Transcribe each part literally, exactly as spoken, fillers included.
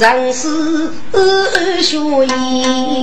人是学艺，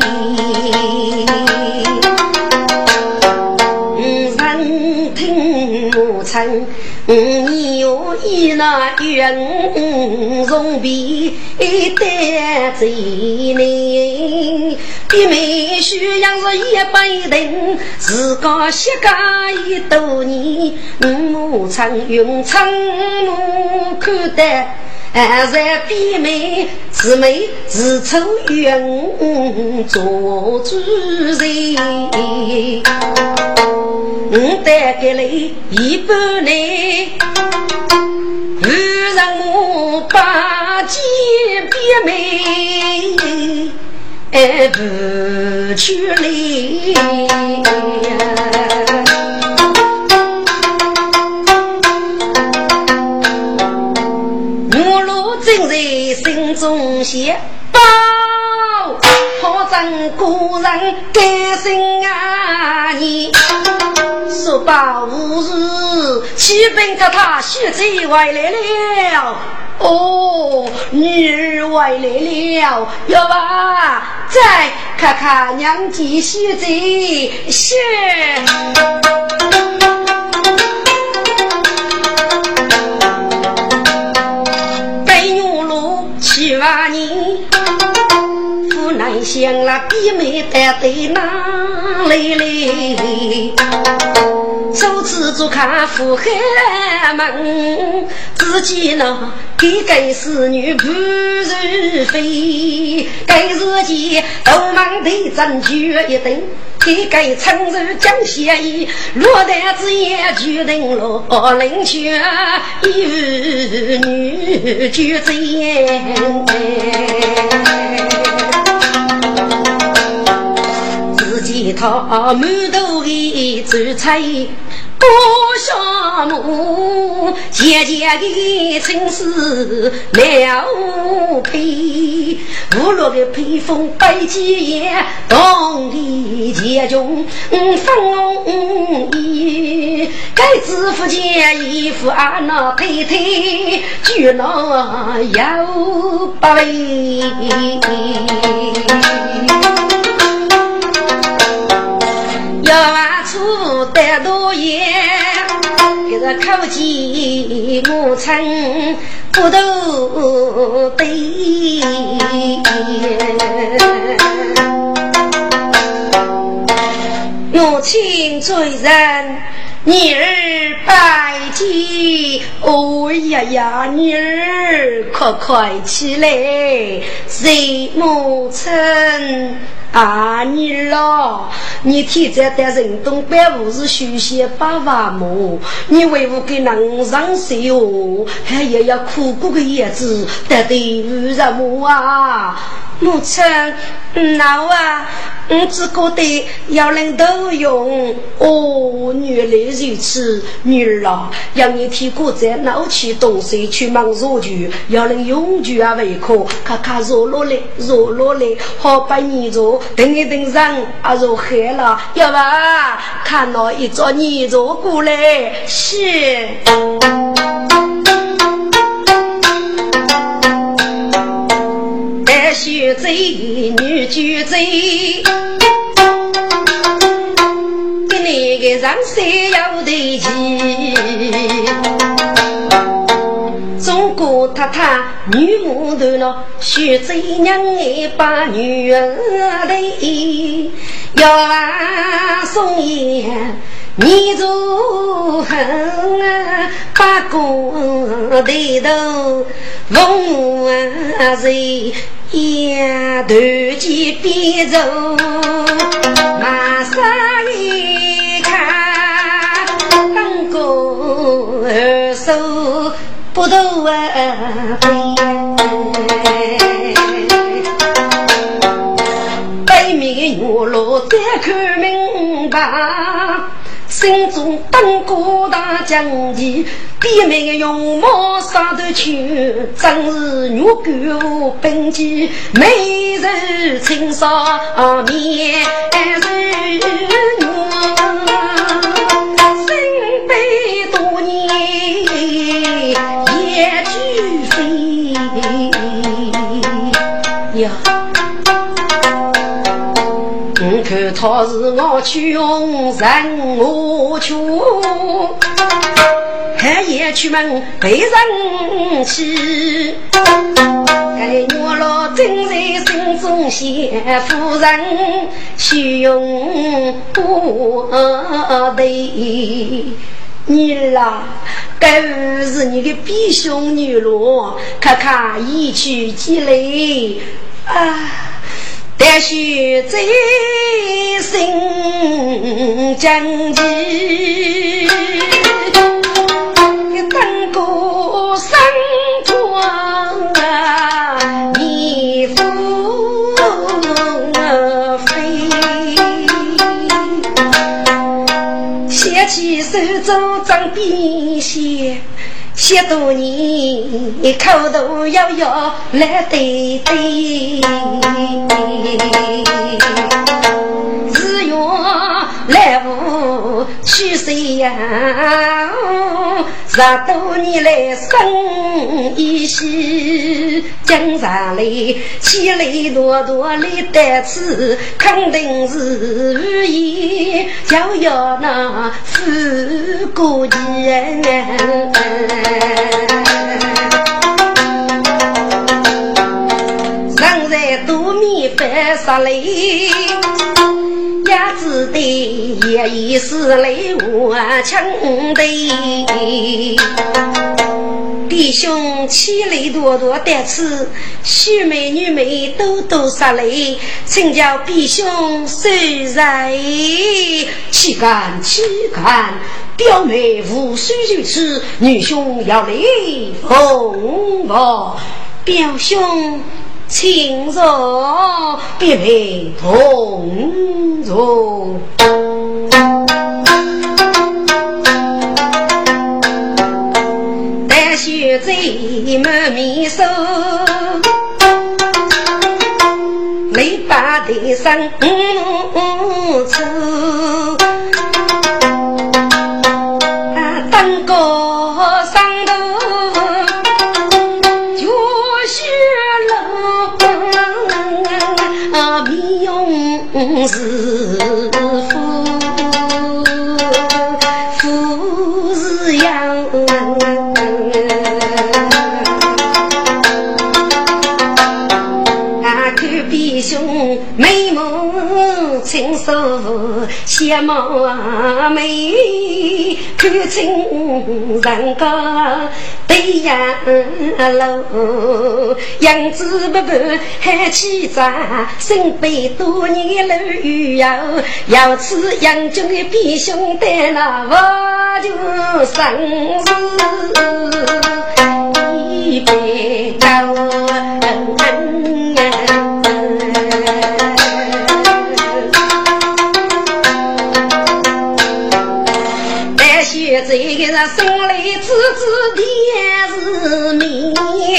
人听我唱，你有一那圆容比得罪你，比美需要是一百人，自个膝盖一斗你，我唱用唱我看得。在比美自美自丑愿做主人，我带给你一半呢，不让我把几比美哎不去理。心中写报，好真故人甘心啊你说报无日七本给他学子回来了哦，女儿回来了，要吧再看看娘几学子是七万年父难想了比美的对哪里来，首次做看父黑门，自己呢给给侍女不是非，给自己都忙得证据一等，给给承受将协议，落得子也决定了领学一女决贼，自己他满头的紫菜多少母，姐姐的情事了配，无论的披风白鸡也懂的结中风衣，该自负姐衣服啊那配配就那有八位要挖出的多也给他靠近母亲不都对母亲追人女儿拜祭，哦呀呀，女儿快快起来，谁母亲啊你了，你天在的人东北五是休息八万亩，你为我给人上水哦，还也要苦苦的叶子得得无人母啊，母亲老啊，我只觉得要人都用哦，原来如此，女儿啊，让你提过在闹起东西去忙弱剧，要人永久啊为可，看看弱落来弱落来，好把你弱等一等人啊弱黑了，要吧看到一座你弱过来是。学贼女举贼，给那个人谁要得起？中国太太女母头了，学贼娘哎把女儿的要啊送言。你做恨啊，把公的头翁啊谁也头几别走，马上一看，当个二手不都啊背面的月落再看明白。心中当过大将军，比美的勇猛杀得去，真是女狗本气，每日青纱面日女，身背多年也俱非。 看他是我穷人我穷，还也去问被人欺。该我老正在心中写夫人虚荣不对。你啦，该是你的弟兄女罗，看看一曲积累啊，但是在心将急，等过生床啊，你不飞。写起手肘张笔写，写多年口头摇摇来对对，日月来无去谁呀？十多年来生一息，江上来起来多多来得此，肯定是无意就要那富过人。人在多米翻上来，鸭子的也已是来我强的。弟兄七类多多得吃，许美女美都都杀来，请教弟兄谁在？岂敢岂敢！表妹无需如此，女兄要来哄我。表兄请坐，别妹同坐。但学在满面手，雷把的上嗯出。当个上头就学了米用是夫夫是样啊，看比兄美梦轻手相貌美，看清人家对呀喽，样子不不还气杂，身背多年老鱼呀，要吃杨中的皮兄的那我就生日一杯高。这个人生来自自的是命，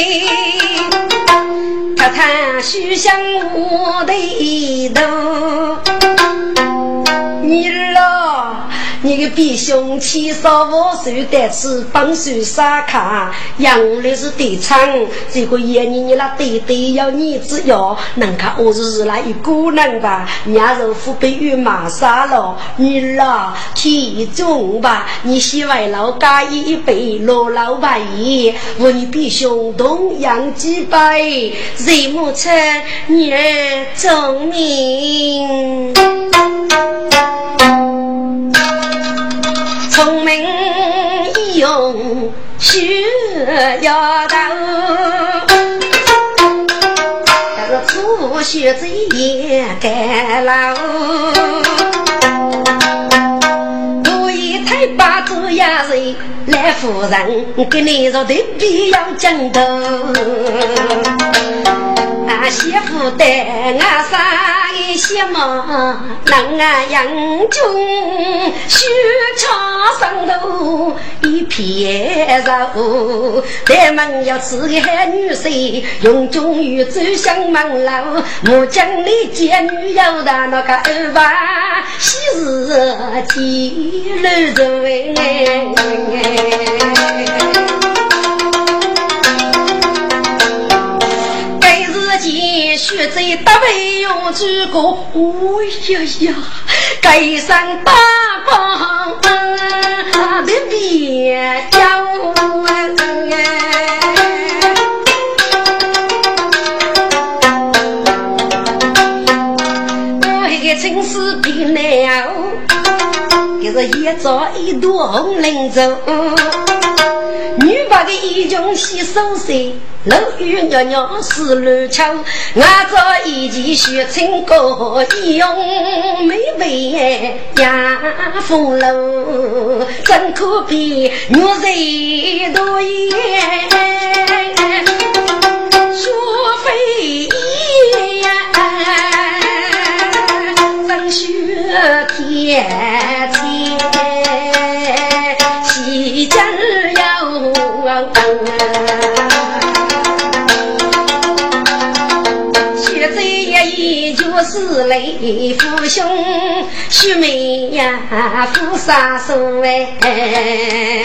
他他许向我的头，你了你个比兄七少我手带吃帮手沙卡，养的是地产，这个爷你你那对对要你只要能看我是来一个人吧，伢肉腹被鱼马杀了，你了体重吧，你喜欢老家一杯罗老白衣，我你比兄同样几百，谁母亲你儿证明。聪明易用需要到，但是初学者也该老，我一太把子呀人来夫人跟你说的必要讲的啊，媳妇的啊啥一些嘛能啊养中许茶上头一片肉，咱们要吃个女婿用中于走向门楼，我将你见女友的那个二娃昔日记录着该日记学在大背用要知过，哎呀呀，盖上大光，别别要我一个青丝皮鸟，就是一早一朵红领走。女把个一种洗手水，老雨娘娘是路桥，我这一季雪青歌，一用美美呀风楼，真可比女人多也说非呀，真雪天天西江学这也依旧是雷父兄须眉呀父杀手哎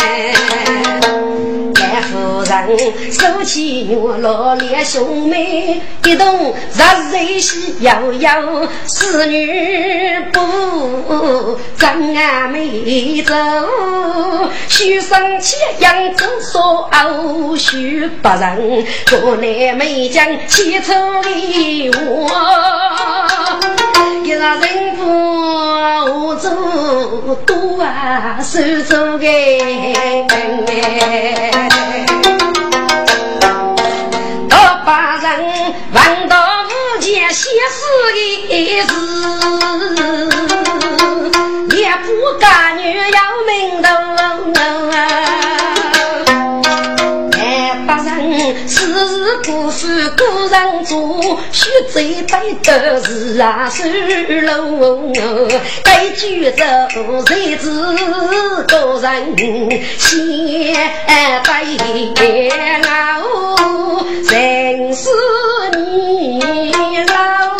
夫人手起牛罗列兄妹一动热热喜摇摇侍女不张啊美走须生气样子说傲须不人国内美将汽车里我一个人不走多啊手走给多把人望到无间写诗一字也不敢女要命的是日不是故人做须最对的是啊是喽该举着谁知个人先对熬人是你老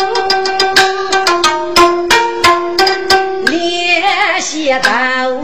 列些道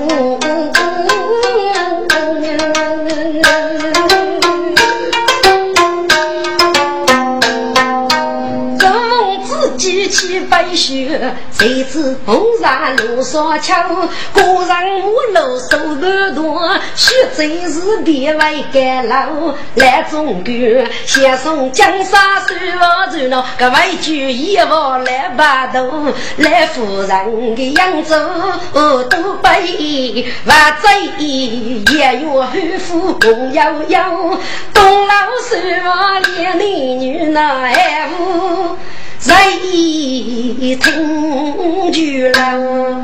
去白雪谁知红纱路所桥果然我楼手不多雪贼是别外盖楼来中国先送江沙水我走了个外句一我来把头来夫人的扬州都背话在意也有后夫公摇摇东老师我连你女那爱妇在一听句了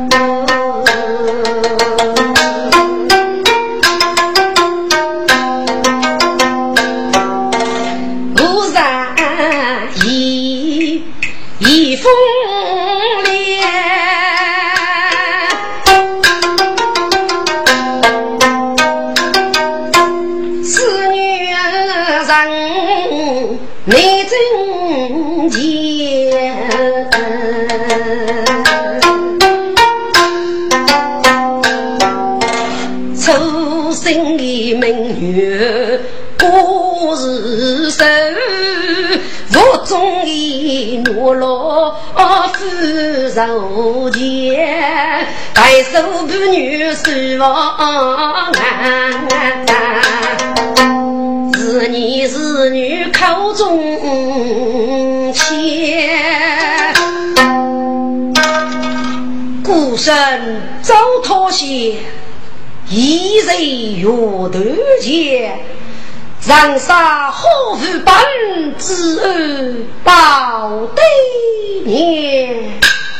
不然一一风烈是女人没贞洁出生的名月过日手我中的懦弱夫柔节白手不女是我是你是女口中切孤身遭妥协一人有得节让杀后夫本之恶报对年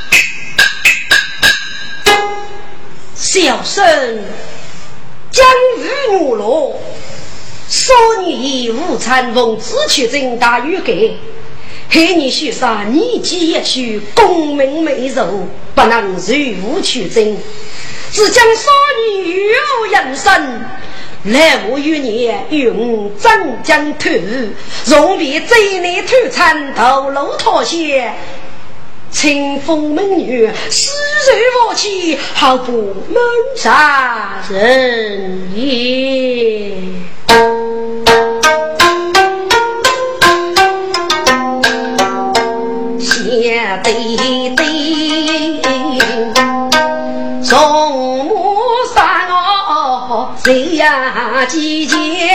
小生将于懦弱说你以无参逢自取真大于给黑你许杀你既也许功名美柔不能如无取真只将说你与无人生来我与你用真将土容比这内土产头楼妥协清风美女诗人我气毫不闷杀人也写得夜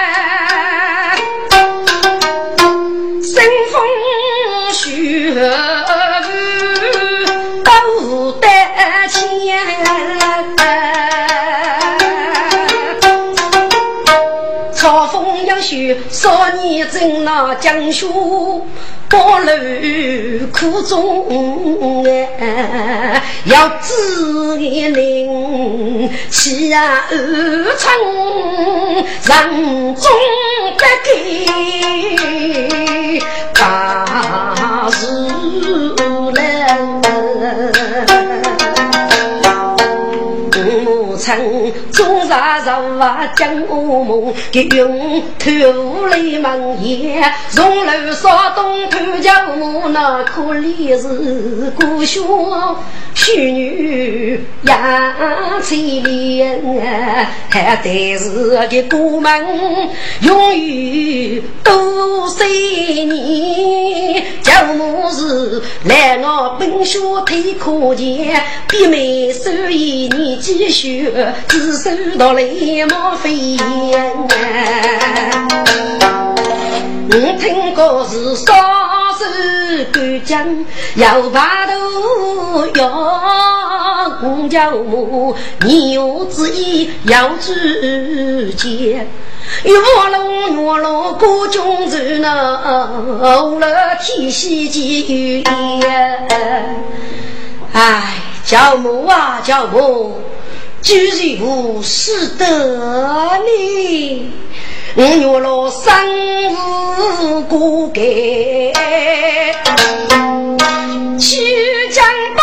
生风雪都得钱，朝风杨雪少年正那江书高楼苦中哎，要知一灵起啊二层人中不给大事人曾中杀杀啊江乌梦给用头雷梦夜容楼烧东头叫木那可怜是孤兄许女呀凄怜还得是个孤门永远都是你叫木是来我本学推可见比美手艺你继续只收到雷毛飞烟我听过是杀手干将要把头要公叫母你有旨意要直接与我龙我龙孤中子呢了体系机遇哎教母啊教母居然不是得你我女老三无辜给去江道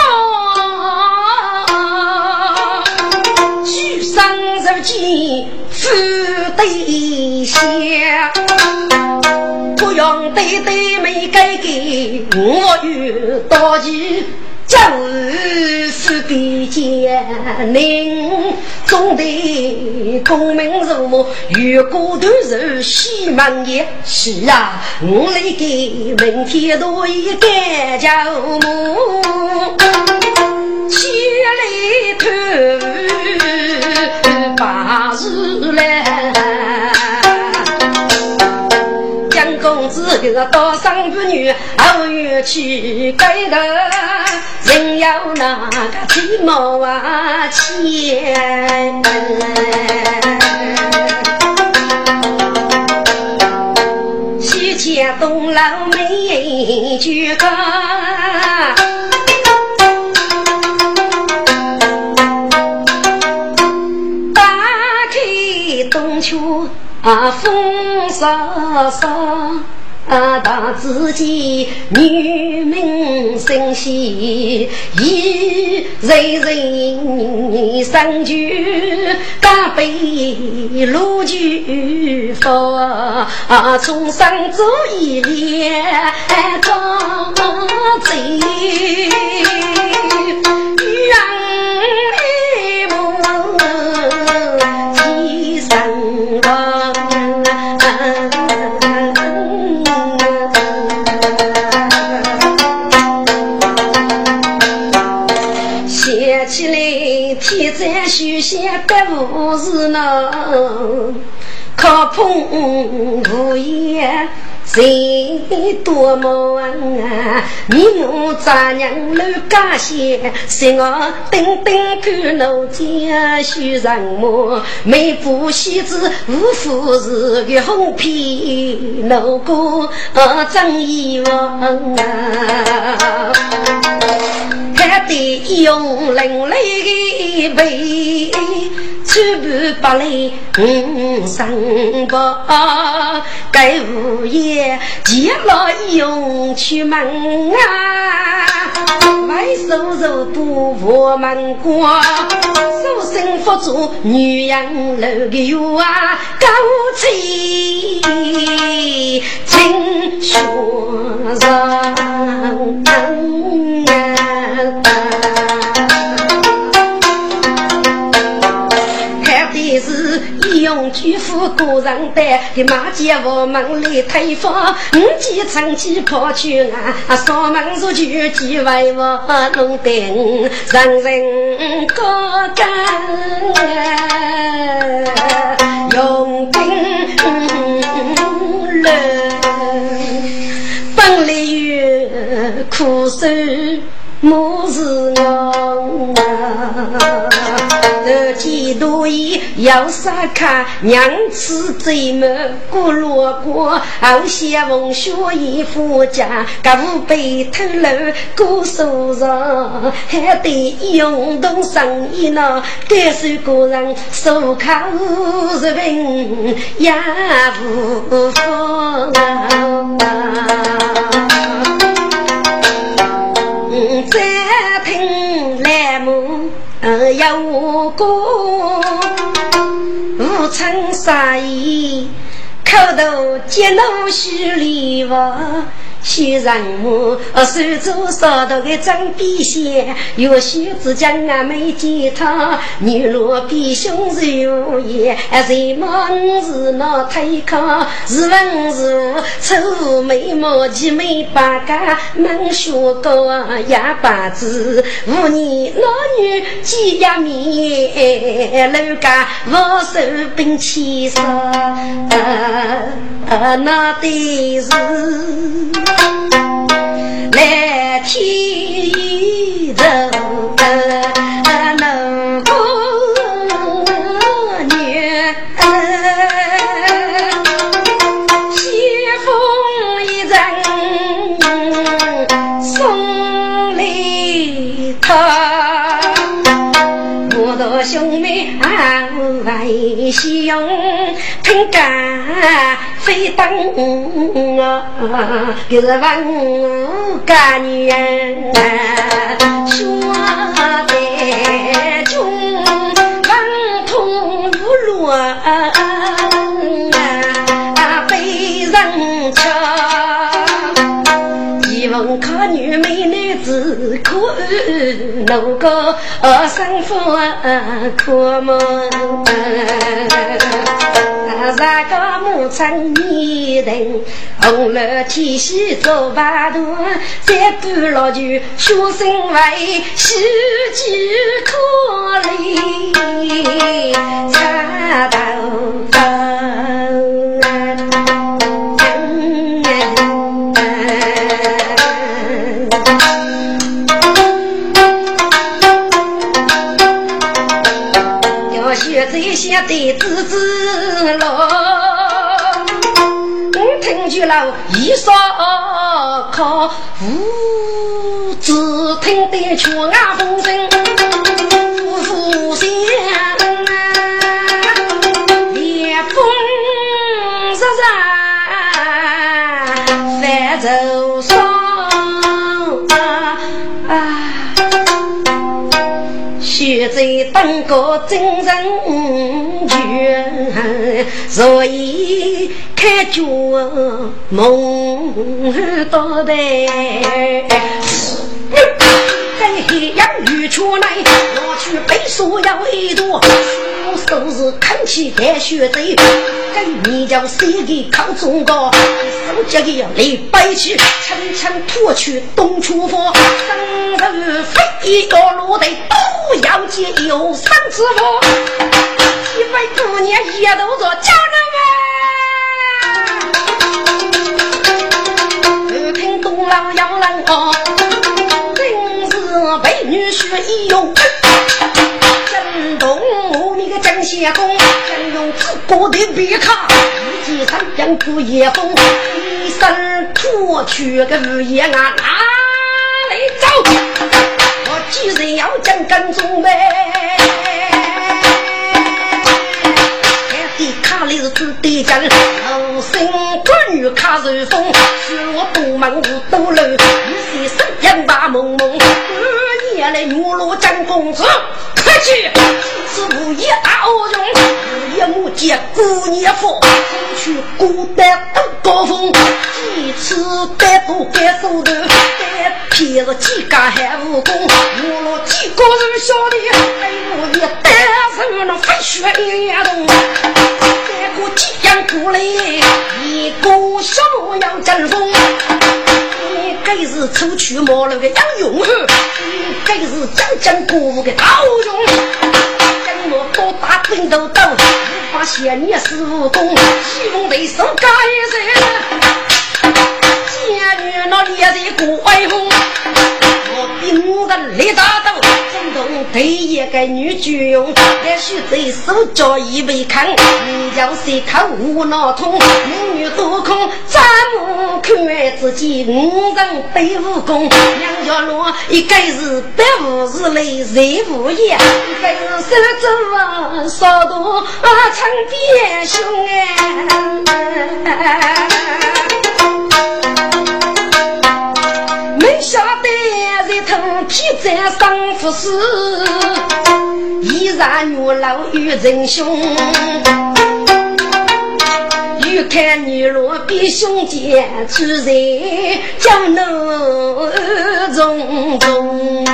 去上手机负对象不用对对没改给我遇到起就是比肩宁中的功名如梦如果都是西门也是啊我来给明天多一个叫母起来头把日来江公子个到上妇女后院去改的人要那个鸡毛啊钱西街东老没句个打开冬秋啊风沙沙啊，大自己女民生息，一人人生居，干杯路居佛啊，从上走一列高贼，让一幕几生亡。起来天在许下白无事呢靠碰无言谁多么啊你我咋娘老家些是我等等看老家许人么没不喜子无夫是个红皮老哥张一王啊还得用人类的背去不把来嗯上吧该物业接了用去忙啊外手手不我们过手生佛祖女人楼的有啊高气请说上还是用巨富个人带的马街我们来推发五几长期跑去啊上门出去几位我弄定让人高干用兵了，本来有苦守莫是我啊，这几多亿要杀卡娘子贼们过路过，好些风雪衣服家，家务被偷了过手上，还得用动生意呢，该是个人手靠日本也无妨再听来母要我过无曾杀意口头见到虚里话虽然我手中烧到个张笔线，有些只将俺没见他，女罗比胸如也，谁忙是那太康，是问是丑眉毛及眉八嘎，满学高哑巴子，无你那女几呀面，楼家我手并起上，啊那得是。来天人能过年，西风一阵送礼他，我的兄妹啊为西用听干非当啊，就是问我干女人说的中万通无路啊，被人瞧一问可女美女子可能够生活可么那个牧场泥人红了天气走八段，再不老就学生为十几可怜插头要学这些的自知了听去了一说可无只听得全啊风声夫妇相烈风沙沙反走霜啊学在当个真人权，所以开脚梦到的跟黑羊鱼出来我去背书要一朵手是看起来学贼跟你叫谁给靠中国手这个要礼拜去层层脱去东出佛生日非一个路的都要接有三次佛几位姑娘也都做家人啊听东郎要郎哦真是被女婿一用真懂你个真邪公真用自古的笔卡一记三江不夜风一身脱去个日夜啊哪里走我既然要讲跟踪呗卡里是自地讲后生关于卡瑞风是我东门无都楼一些生人把蒙蒙二夜来女罗张公子可去此无夜大欧中无夜木结姑娘夫去孤单等高峰几次带不该手的带皮子几个还无功女罗几个人晓得哎我也带上了飞雪也动我即将出来一股手要阵风你该是出去摸了个杨勇你该是将将过个刀勇将我多打奋斗斗，无法写你是武功，希望对手改人。仙女那烈日过威风，我兵人力大斗，震动对一个女军用，也许对手脚已被砍，你叫谁看无脑通，美女多空，咱们看自己五人对武功，两条路一个是百无日内人无言，一个是手指啊少多啊长边胸哎。没晓得这头皮在上服侍，依然女老与人凶，欲看女罗比胸间之人将能中中，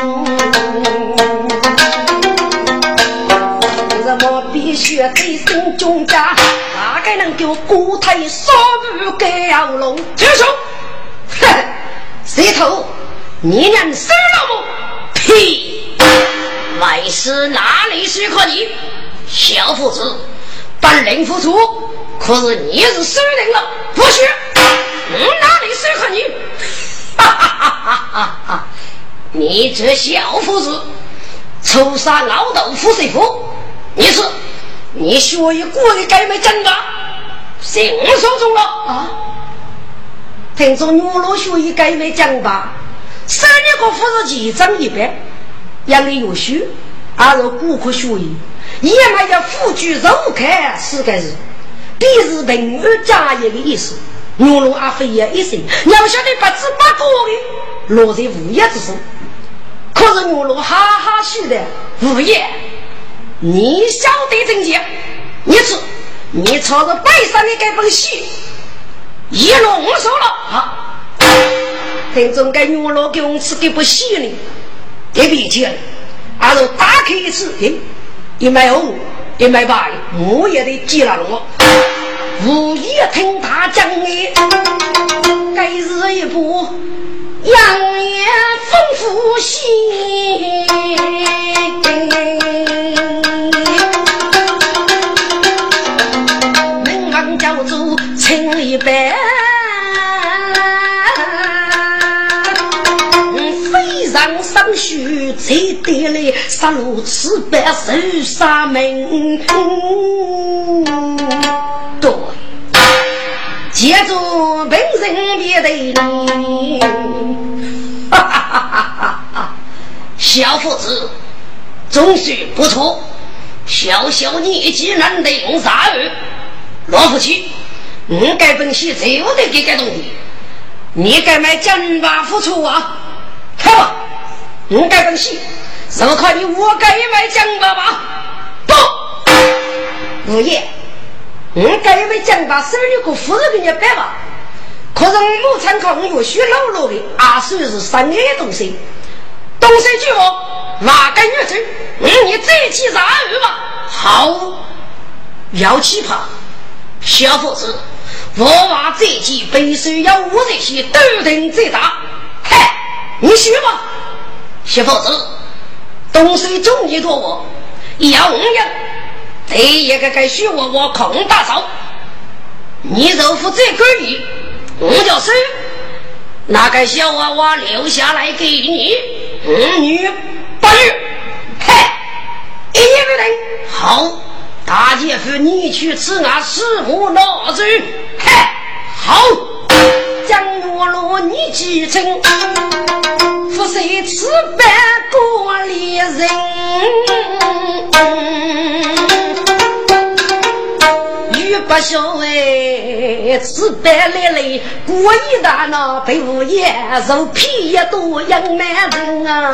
怎么必须在心中家，大概能够骨头烧不给熬龙接手。哼，谁头你能死了吗？ 屁！为师哪里许可你？小父子本领付出，可是你是死人了，不许！嗯，哪里许可你？哈哈哈哈哈哈！你这小父子，仇杀老豆腐谁夫？你是你学一过的该没真吧？行手中了啊！听说女罗学一该没讲吧？三年个夫是几张一百，养的有序，而是顾客学艺，也买要富居肉开四个字，必是平安家业的意思。女罗阿飞也一生，要晓得八字八个的落在无业之手，可是女罗哈哈虚的无业，你晓得真假？你是你朝着背上的这本戏一弄手了啊！听众该女老给我们吃给不细呢，给比起来，然后打开一次，哎，一买红，一买白，我也得记了我。无意听他讲的，该是一部养眼丰富戏，名望叫做情一般。上许才得来杀戮此百手杀门，对，接着本人别对你，哈哈哈哈哈！小父子总是不错，小小年纪难得用杀儿，老夫妻，你该本戏只有得给改动的，你该买真把付出啊，看吧。你该本戏怎么看你我该买奖吧吧不五爷你该买奖吧十二个夫人给你摆吧，可是我参考我学老老的阿叔是三个东西东西句我哪个女子你这期啥语吧好要奇葩小伙子我把这期必须要我这些都等这打嘿你学吧小伙子东西中意做我要人这一个该学我我孔大嫂你若负这个礼我就是那个小娃娃留下来给你五女八日嘿一个人好大姐夫你去吃那师傅脑子嘿好将我罗你继承不是吃白过里人与不孝哎吃白来来过一大那被无业肉皮也多养男人啊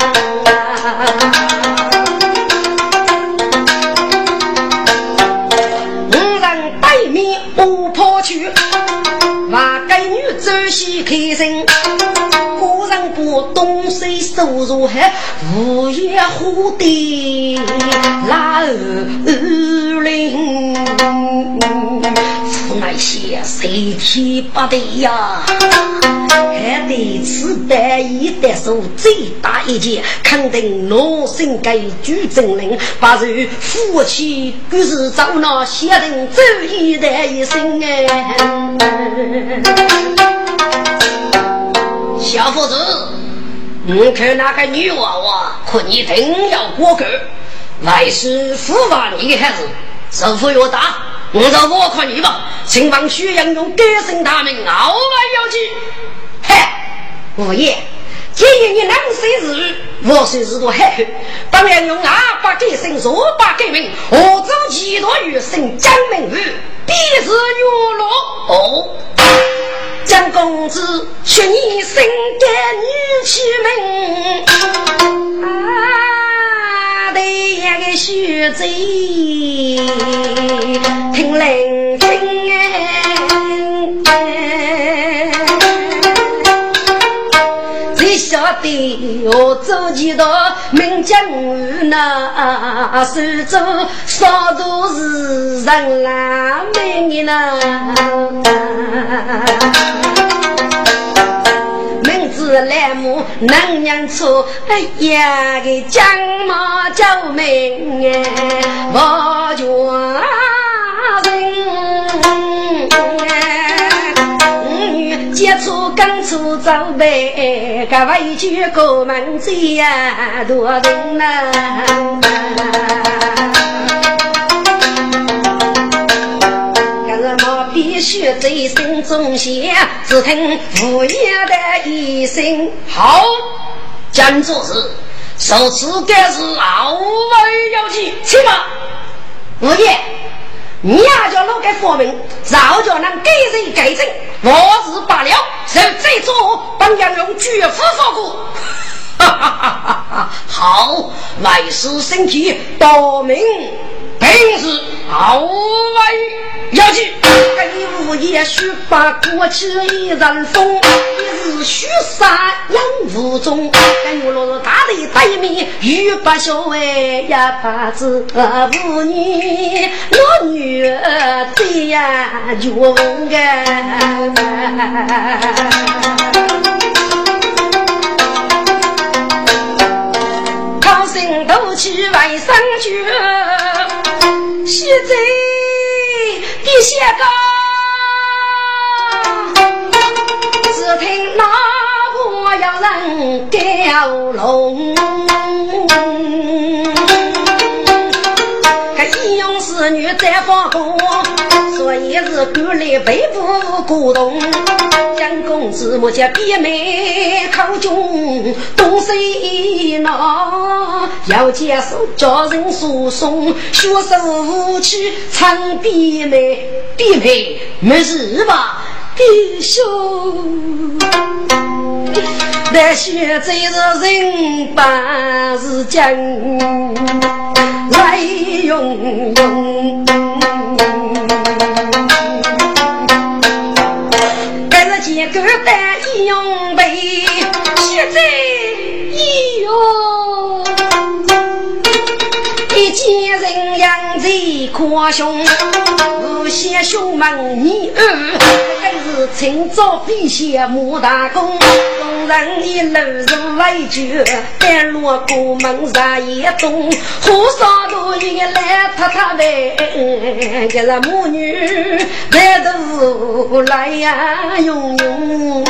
五人带面不破去把该女仔细看身果然不东西收入还无业蝴蝶拉二零夫那些谁提不得呀？ 还得此代一代手最大一件，肯定罗生该举证人，把这夫妻故事找那写定走一代一生哎。 小夫子，你看那个女娃娃，可你定要过口，来是父法你的孩子，首府越大，我就我看你吧，请帮薛阳用歌声他们傲外要去。 嘿，五爷，今日你能谁日，我虽日多黑，当然用阿爸给生，若爸给命，我走几多余生江明宇，必是女落哦。 江公子许你生给女婿们啊，对一个许贼听聆听哎，只晓得我走几道名将那手中少都是人啦美呢，来母能娘出，哎呀，给将马救命哎，我家人哎，女接触刚出早备，个委屈过门子呀，多人呐。必须在心中写，只听父爷的一声好，将做事首次该是傲外要紧，起码父爷你要叫老给佛明早就能给谁给正，我是罢了是这座帮杨勇绝夫所顾哈哈哈哈好，来世身体多明平时傲外要紧， 给我也许把过去一人风，一日须杀养无中，给我落大的对面欲把小为呀把子妇女老女儿对呀就问个高兴都去外甥去现在的些个只听那我要人吊龙个义勇侍女在发功，所以是鼓励北部鼓动将公子目前闭眉口中东西闹要接受家人诉讼学手无趣唱闭眉闭眉没事吧必须那学这个人把是讲来用用该是几个的义勇被学这义勇一见人样子夸胸无些胸猛你儿还是请早必写莫大功工人一路入外绝但落过门上也中胡少都一来他他的给了母女来都来呀用用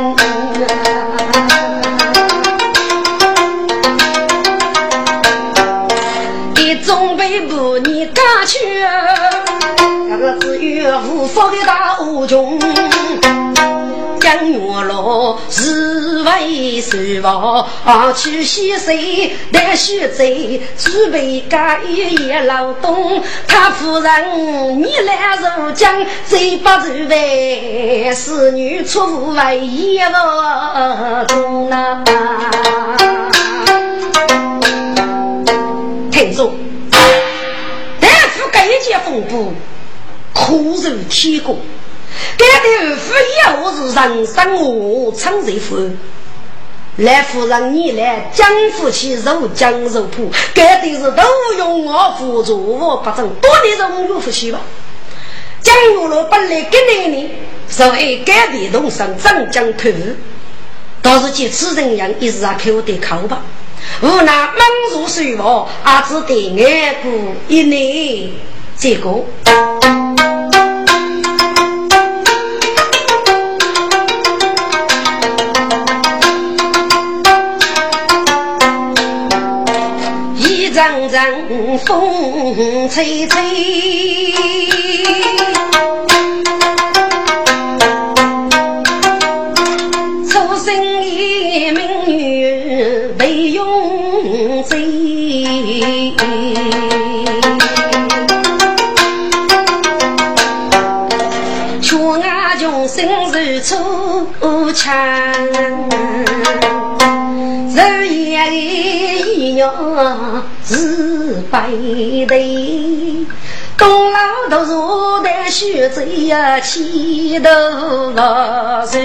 中北部你赶去那个只有无法的大无穷江月落日为水亡啊去西水但是贼只被改也劳动他夫人你来入江贼不知为是女出为一个中啊听众大夫改一件风波苦肉体过该的夫要是人生我称谁夫来夫人你来将夫妻肉将肉铺该的是都用我辅助我不正多的人有夫妻吧江有罗本来跟那里所谓改变东上长江头倒是去此人样一直啊口的口吧无奈猛如水火啊只得爱顾一年结果一阵阵风吹吹被拥醉，却爱穷生如初强，日夜一鸟是白的。东老都入的血醉呀，气都老是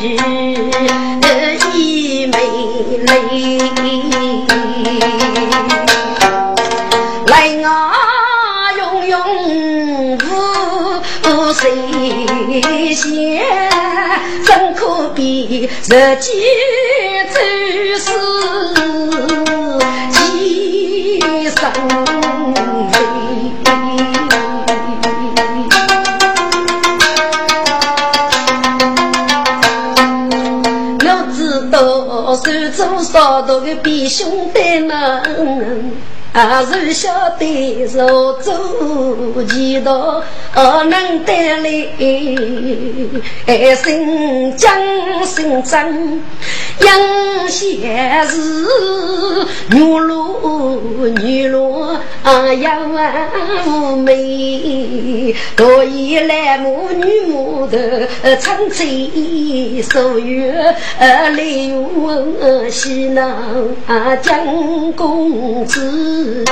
一美丽。来啊，永永无谁嫌，怎可比日记之事几生悲。手中烧到的比兄弟们，还是晓得手中几多能得来，心将心脏养些事，女路女路啊呀娲美，可以来母女母的长嘴手月泪用西南江公子，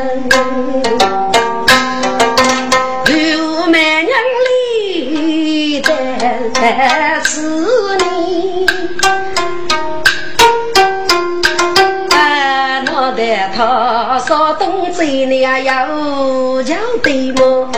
刘美娘里的是你。他说东西你要叫对么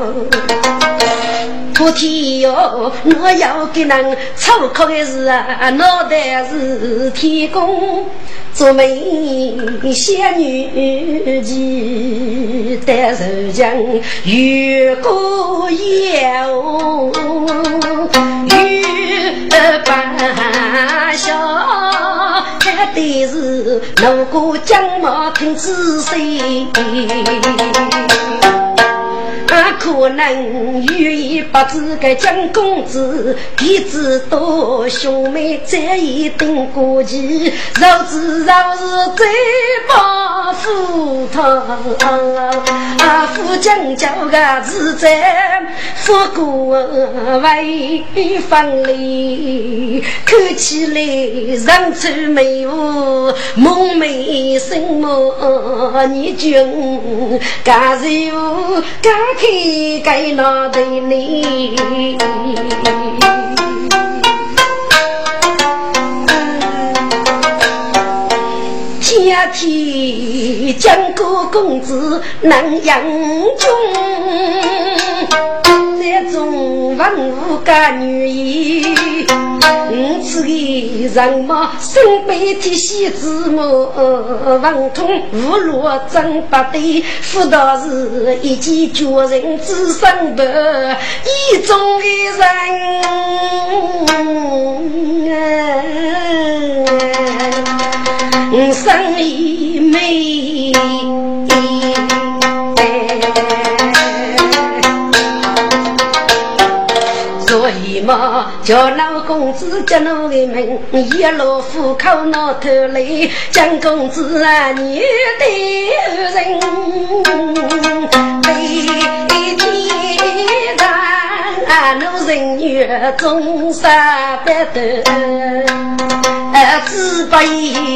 不提哟，我要给人凑口的是啊，脑袋是天公做美仙女记得手将月过夜哦月半笑看的是如果将马听仔细啊，可能愿意把这个江公子弟子多兄妹这一定过继，绕子绕日最把夫他啊，夫将教个自在夫过为方里，看起来让出美物梦美什么你君嘎子有嘎可该拿的你家体江国公子南阳中这种万物干女衣五次的人马生悲体细子么王通无罗张八对辅导是一击决人之上的一种的人生意美所以嘛叫老公子叫老的门一路虎口拿头来江公子啊你的人被天上啊老人女中杀白的自卑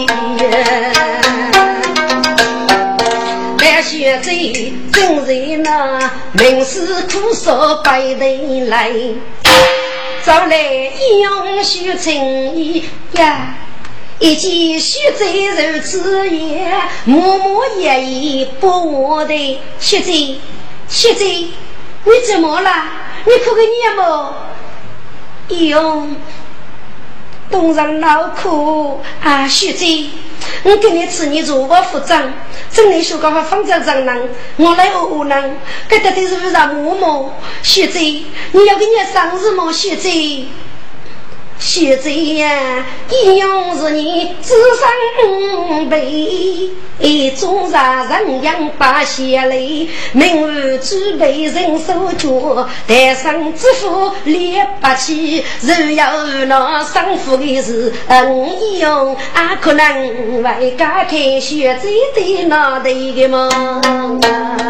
来学这真人呐名师苦说白的来找来用学情义呀一起学这如此也默默也已不我的学这学这你怎么了你哭个你么？哟，东上老苦啊，学姐，我给你吃你做我副长，真的说个话放在上人，我来饿饿人，给他的是不是我么？学姐，你要给你生日么？学姐。学姐呀，一样是你智商辈，中杀人样把血泪，明日举备人手脚，台上之父列不起，只要那生父的事，嗯，一样啊，可能为家看学姐的那对的梦。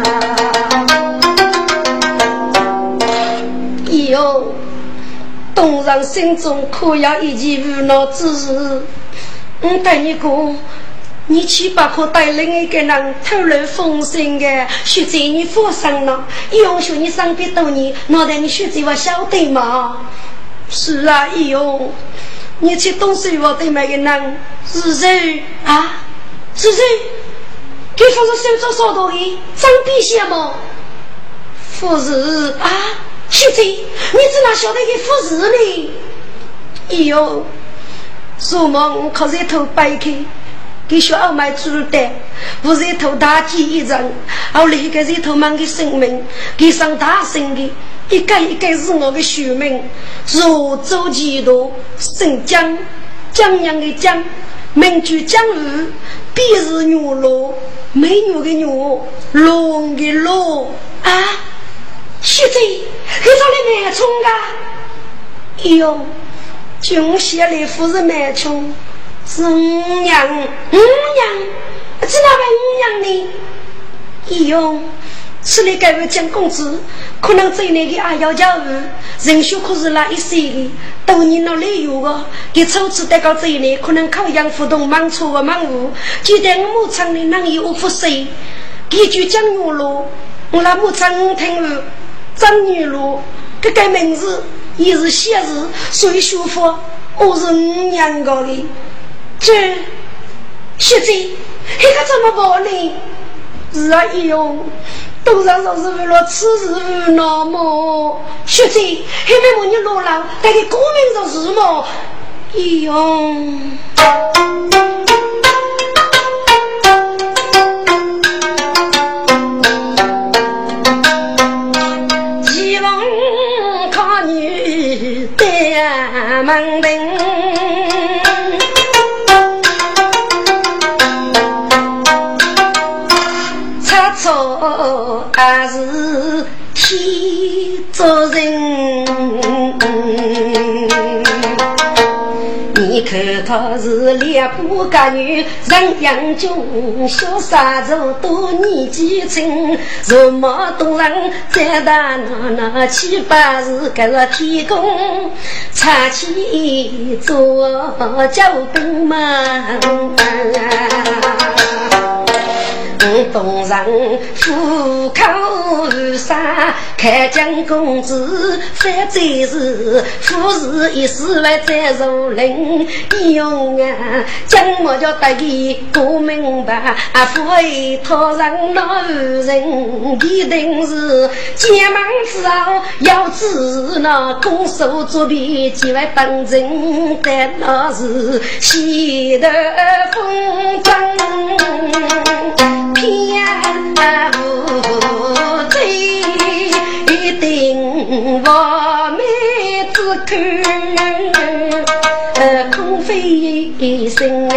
以后东上心中可要一件无奈之事，我跟你讲，你去把可带另一个人透露风声的，学姐你放心了，永说你上边多年，脑袋你学姐我晓得吗？是啊，永，你去东西我对每个人是谁啊？是谁？给夫人手中所多的张笔写吗？夫人啊！学姐，你怎哪晓得个富士呢？哎呦，做梦可是头掰开，给小二买猪的，不是头大几一人，后来个是头忙的生命，给上大声的，一个一个是我的血命，若周几多，生江江阳的江，名句江鱼，必是牛肉，美女的牛，龙的龙啊！学姐，你找你买葱啊？哎呦，穷些来夫人买葱，是五娘，五娘，知道吧？五娘呢？哎呦，此类该位蒋公子，可能在那个阿要教育，人学可是那一岁的，多年了旅游个，给初次带到这里，可能考养活动忙错个忙务，记得我母亲的能有不谁？给句讲牛路，我那母亲听了。张女路，这个名字也是写字，所以舒服。我是五娘搞的，这学姐，你可怎么办呢？是啊，哎呦，都上都是为了此事无那么。学姐，还没问你落了，带给国民就是么？哎呦。门庭差错还是天作人，你看他是两不干女人养中小杀手多年纪轻，什么东人在大那那七八是个天公插起做交兵门，东人虎口杀开江公子反贼是富士一时来再如林用啊将我叫带给不明白啊非托人老人一定是结盟之后要知那攻守作弊几位本人的那是喜得风筝偏不对，一定我没自看，呃，空飞一声，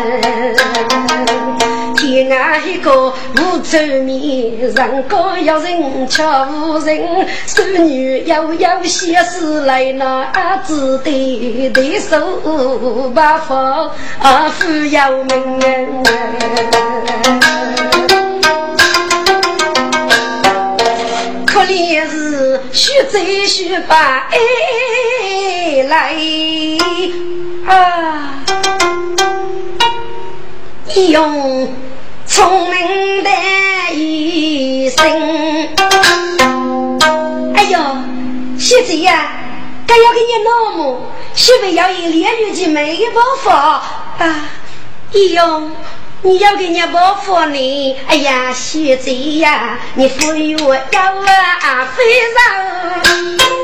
天涯一个无愁面，人高要人瞧无人，妇女要要些事来那阿子的的手把佛啊富要命。可怜是学贼学把爱来啊，用聪明的一生。哎呦，学贼呀，该要给你那么，学不要一连日去每一包法啊，用。你要给人家包袱呢？哎呀，学贼呀，你赋予我要啊非常。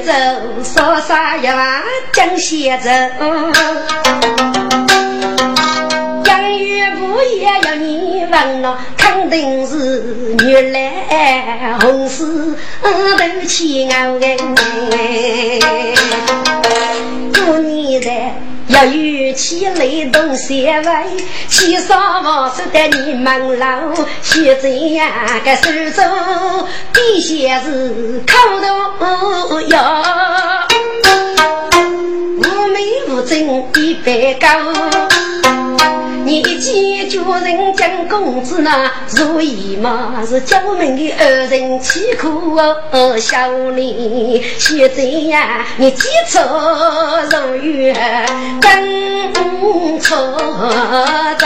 走，说啥呀讲写着，养育不也要你问了，肯定是女来红丝都起熬的，过年的要有起雷动协外，起上我说的你们老学这样个手手必写是口头要无美无真一百高，你一见就人讲公子呢，如意嘛是教门的二人凄苦哦，小你学这样你记错如月跟错走。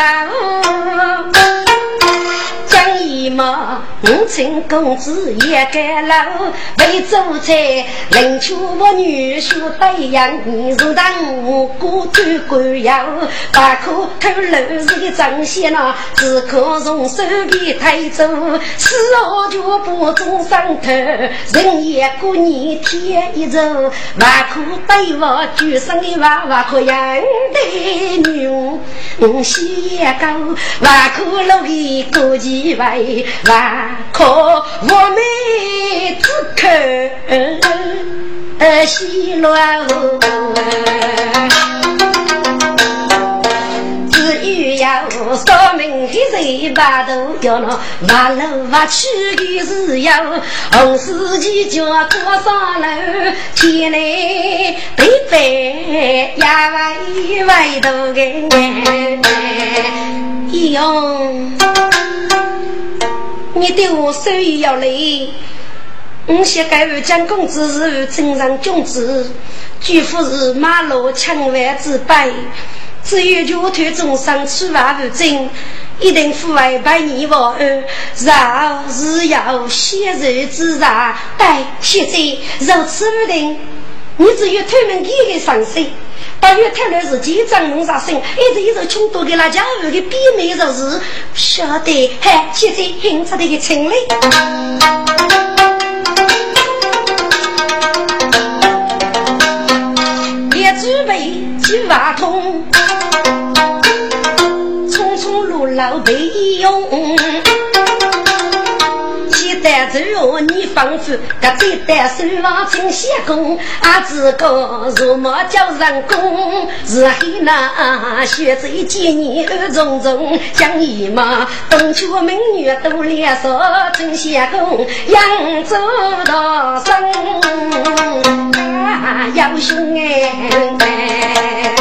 讲一嘛，五亲公子也该老，为做菜领出我女婿对养你如当无辜对鬼妖，把口头露这个彰显了，只可从手臂抬走，死后就不中上头，人也过你贴一走，把口对我举上的娃娃可养的女嗯西也高，把口露的估计外哇可我们只可呃西罗只有要说明的谁把都要了挖楼挖去的是要红世纪就过上楼天内北北呀歪歪都给一用你对我手艺要累，我些该为将公子是正常君子，举夫是马路枪外之辈，只有就推中上出外不正，一定父爱百年我儿，然是要血肉之杀，待现在如此不定，你只有推门一个上身。八月太来是几张能杀生，一直一直穷多给那家有的比美就是晓得还现在很出的一个情理。也准备去挖通，匆匆路老被用。带走你仿佛他最带手往成写工啊自个如么叫人工是黑那学着一见你二种种像姨妈东区美女都脸说成写工扬州的生啊要凶哎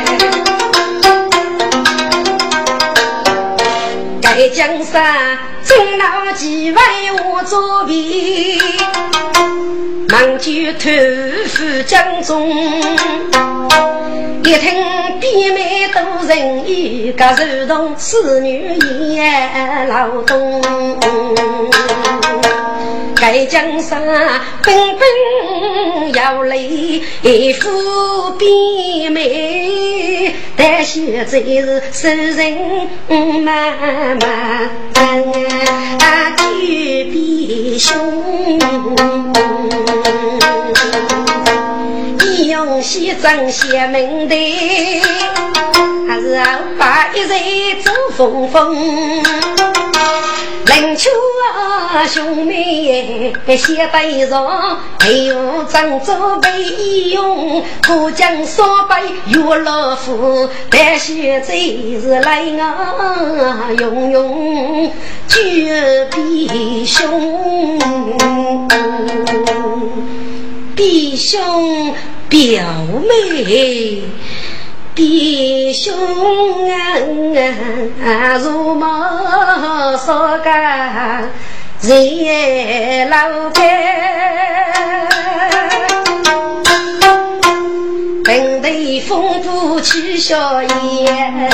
该江山正老几位我作弊忙就头负江中一听比妹都人意个如同此女也劳动该江山奔奔要累一副比妹但是这是世人慢慢啊举比胸一用西藏写明的还是要把一人走风风人秋啊兄妹写背上没有张州被一用不将所败有了福但是这是来啊用用举比胸比胸表妹比兄啊如毛所干人老开本地丰富去宵夜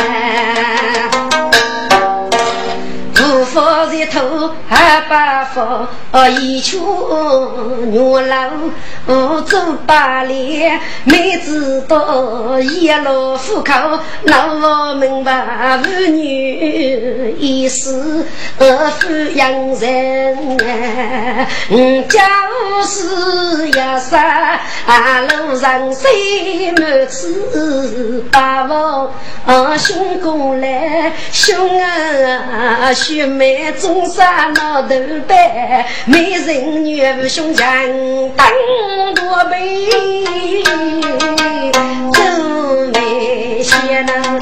不佛日头还把佛一出牛老我走八里没知道一路虎口老我们把妇女一时而抚养人嗯叫是呀啥路上谁没吃把我兄公来兄啊兄妹中山老头白美人女不兄长当多美真美些能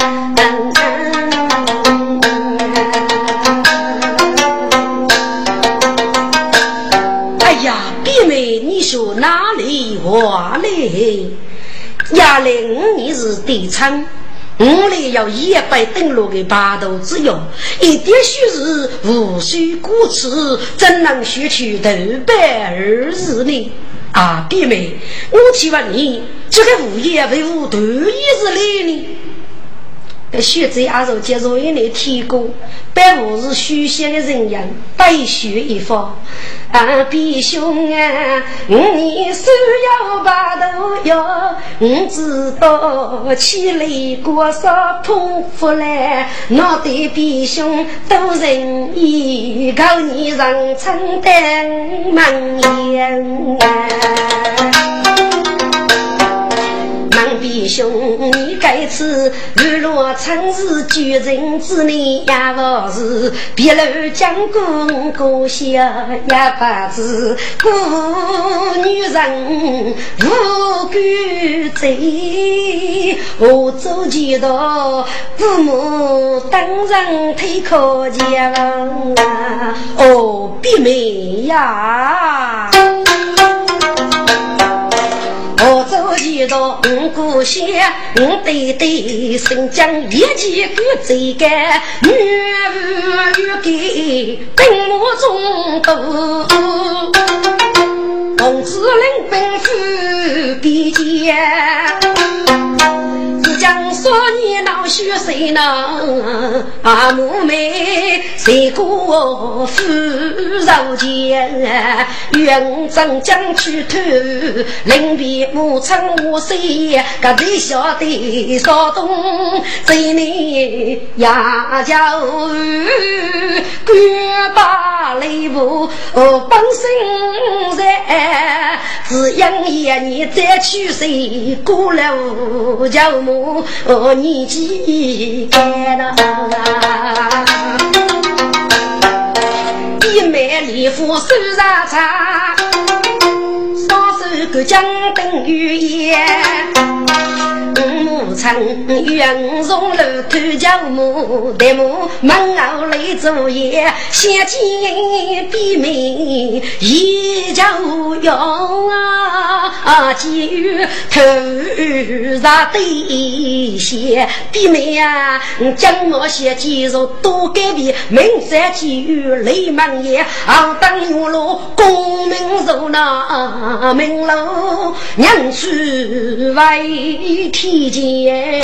你说哪里话嘞？亚玲你是地产，我们要一百登录给八斗之用，一点虚是无需顾此，怎能学取头百二日呢？啊，弟妹，我请问你，这个物业为无多意之类呢？学者阿寿接受一类提过，百无是虚线的人样，白学一方。啊，弟兄啊，你虽要把头要，我知道起来过少痛苦来，我的弟兄都仁义，靠你让承担满眼忙弟兄，你该吃日落城市巨人之内呀，我是别楼将公公下呀把子孤女人无辜贼，我走街道父母当然推可见啊，哦弟妹呀。我走街道五故乡，我对对新疆一起个这个女儿与给兵马中斗，同志领兵赴边界，只讲说你闹学谁呢？啊，母妹谁过富饶间，远征将去头，临别牧场我谁个最晓得骚动，这里呀叫官把雷部哦帮生在，只因夜你再去谁过了叫母哦你记该了。一枚礼服手上插，双手各将等于也。牧场远容楼头叫母的母忙熬来作业，先见比美一叫用啊，基于头上的一些比美啊，将我些肌肉多改变，明山基于雷满也，昂当牛路功名肉那名楼娘去外体检。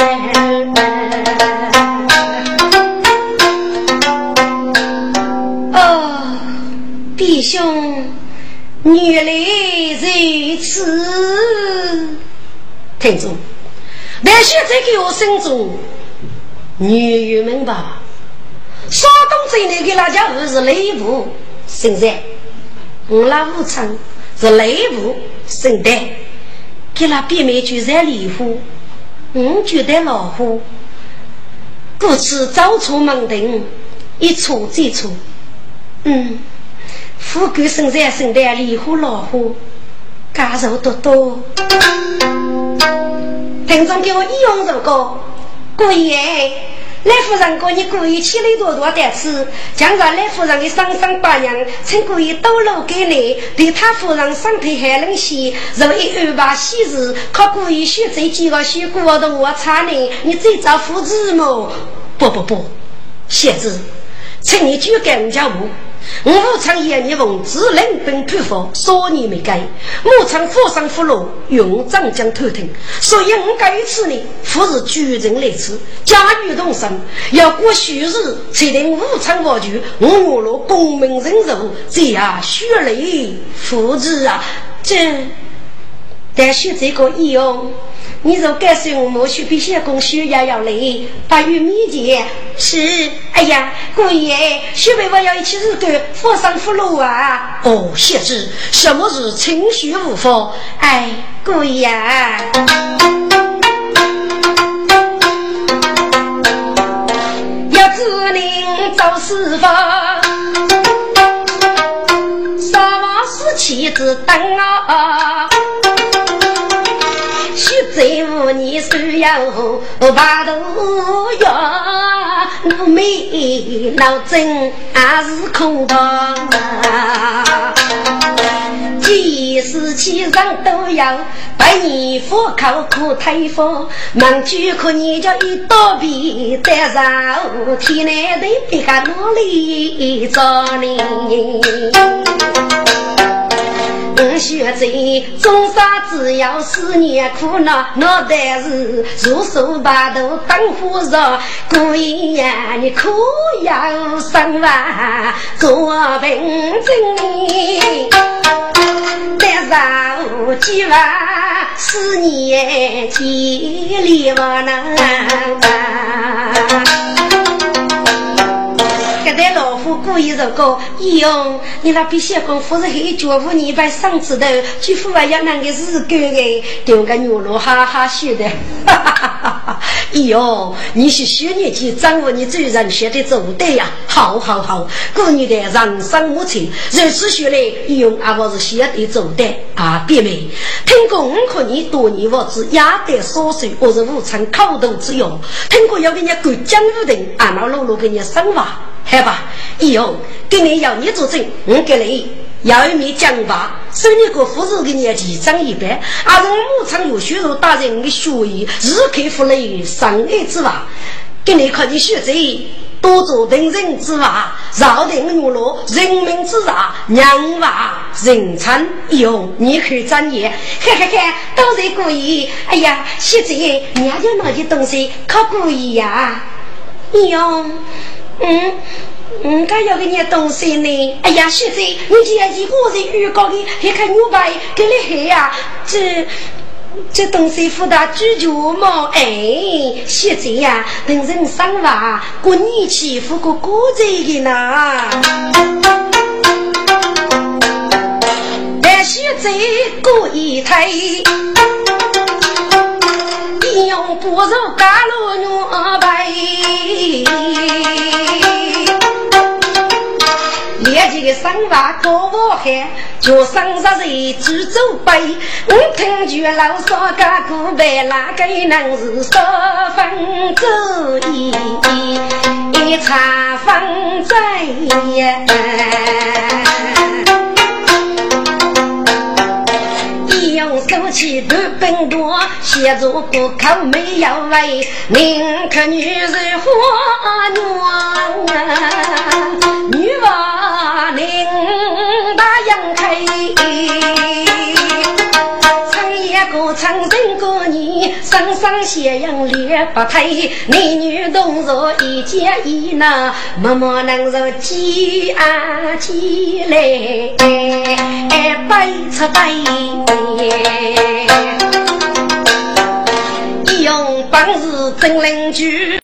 哦，弟兄，原来如此。听众，但是在给我心中，女友们吧，山东这里给大家儿是雷部现在，我那武昌是雷部现在，给他别没去在离户。我觉得老虎故此早出门庭，一出即出。嗯，富贵生在生在离虎老虎感受多多。听众给我一用这个故意来夫人过你故意起来多多的吃，将在来夫人的上上八娘趁故意兜路给你，对他夫人身体还能洗，若一二把喜事靠故意学这几个学过的我查你，你最早夫子么？不不不，写字请你去给人家我我常言你奉旨领兵突发，说你没改牧场富上富路用长江偷听，所以我改一次呢不是举人来吃家喻动身，要过虚日才能无常挖掘我落功名人肉，这样血泪父子啊，这但是这个义用，你若该是我们去比些公学也要来，把与米姐是，哎呀，姑爷，学妹我要一起日个佛上福禄啊！ 哦，谢知什么是清虚无佛？ 哎，姑爷啊，要指令找师傅。妻子等啊，须在乎你需要把头呀，老妹老真还是空的，几时起上都要百年佛考苦太佛，忙举可你叫一刀笔在上天内的别个努力做你。学贼终杀只要十年苦恼，脑袋是如手把头当火烧，故意呀你苦要生娃做本真，但是几万十年几里我能在老夫故意这个义用，你那比些功夫是很绝无你把上次的几乎还要那个日狗的丢个牛肉哈哈学的，哈哈哈哈！义用，你是学年纪掌握你最人学的走的呀，好好好，过你的人生无情，如此学来义用啊，我是学的走的啊，别妹，听过五可你多年我只压得缩水，我是无常口头之用，听过要给你过江湖的，俺老露露给你生娃。好吧，以后给你要你作证，我给你要一枚奖吧，收你个护士给你几张一百，而从牧场有学肉大人的学艺，日刻服累上爱之娃，给你看你学这多做等人之娃，饶定牛肉人民之娃，娘娃人产以后你可以专业，嘿嘿嘿，都是故意。哎呀，学这你要那些东西可故意呀，你用。嗯嗯，该要给你东西呢？哎呀，学姐，你既然一个人预告的，还看牛排给你黑呀？这这东西复杂居住嘛？哎，学姐呀，等人生娃，过年起付个过这个呢。但学姐过一台，一用不如嘎罗牛排。连几个生娃高我海，就生十岁只走背。我听句老少个古白，哪个能是十分之一？一茶分在呀。用手起头本多，写着不口没有味，宁可女人花娘啊，女娃宁大阳开，长夜过长生过年，上上斜阳列不退，男女同坐一家一那，默默能受几啊几来，白出白。一用本事真邻居。